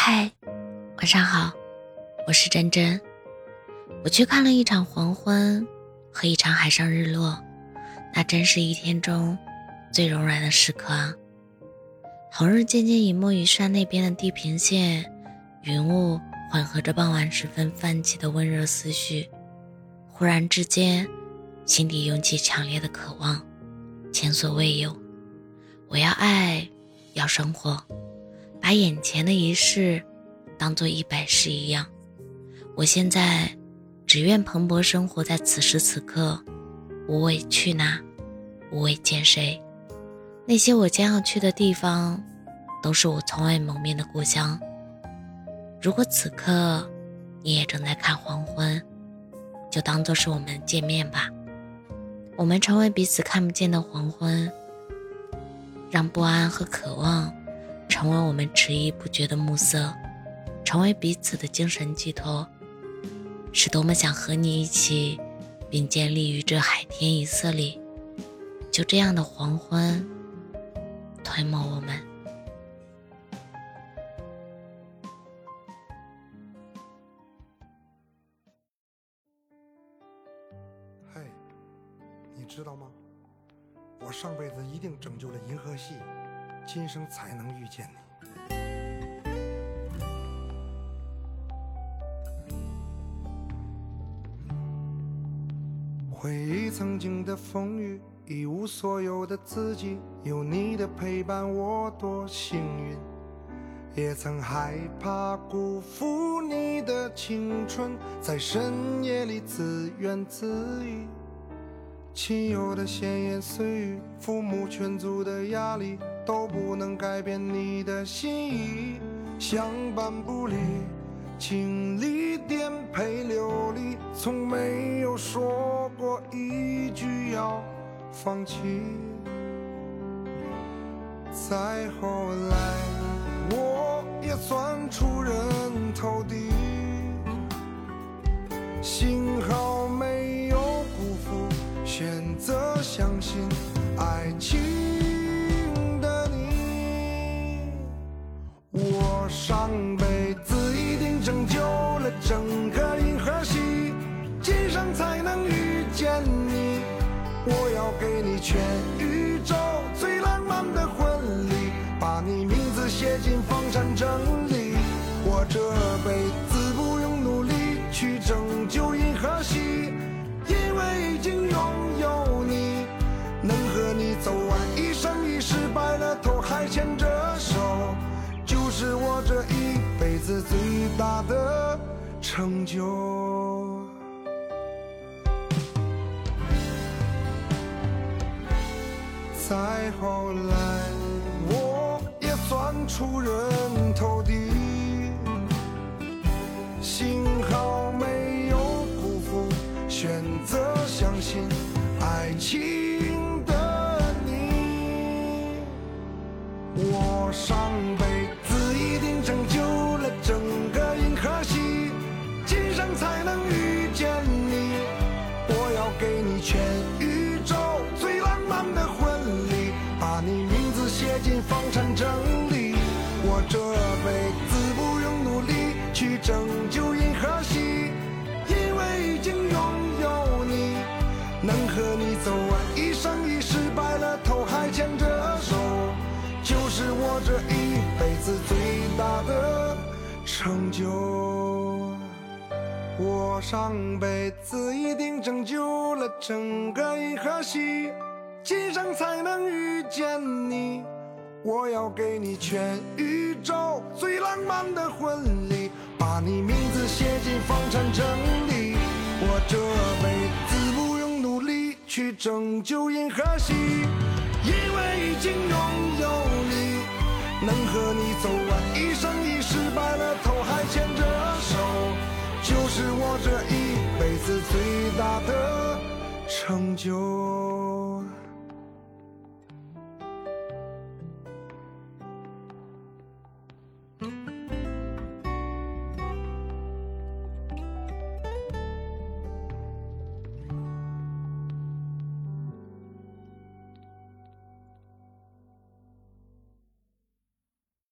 嗨，晚上好，我是珍珍。我去看了一场黄昏和一场海上日落，那真是一天中最柔软的时刻啊。红日渐渐隐没于山那边的地平线，云雾混合着傍晚时分泛起的温热思绪。忽然之间，心底涌起强烈的渴望，前所未有。我要爱，要生活，把眼前的一世当作100世一样。我现在只愿蓬勃生活在此时此刻，无畏去哪，无畏见谁。那些我将要去的地方，都是我从未谋面的故乡。如果此刻你也正在看黄昏，就当作是我们见面吧。我们成为彼此看不见的黄昏，让不安和渴望成为我们迟疑不决的暮色，成为彼此的精神寄托。是多么想和你一起并肩立于这海天一色里，就这样的黄昏吞没我们。 嘿，你知道吗？我上辈子一定拯救了银河系，今生才能遇见你。回忆曾经的风雨，一无所有的自己，有你的陪伴我多幸运。也曾害怕辜负你的青春，在深夜里自怨自艾。亲友的闲言碎语，父母劝阻的压力，都不能改变你的心意。相伴不离，经历颠沛流离，从没有说过一句要放弃。再后来，我也算出人头地，幸好没有辜负选择相信爱情的你。我上辈子一定拯救了整个银河系，今生才能遇见你。我要给你全宇宙最浪漫的婚礼，把你名字写进房产证里。我这辈子不用努力去拯救银河系，因为已经拥有你，能和你走完一生一世，白了头还牵着手，就是我这一辈子最大的成就。再后来，我也算出人头地，幸好没有辜负选择相信爱情的你。我上辈子一定拯救了整个银河系，今生才能遇见你。我要给你全宇宙最浪漫的婚礼，把你名字写进房产证里。我这辈子不用努力去拯救银河系，因为已经拥有你，能和你走完一生一世，白了头还牵着手，就是我这一辈子最大的成就。我上辈子一定拯救了整个银河系，今生才能遇见你。我要给你全宇宙最浪漫的婚礼，把你名字写进房产证里。我这辈子不用努力去拯救银河系，因为已经拥有你，能和你走完一生一世，白了头还牵着手，就是我这一辈子最大的成就。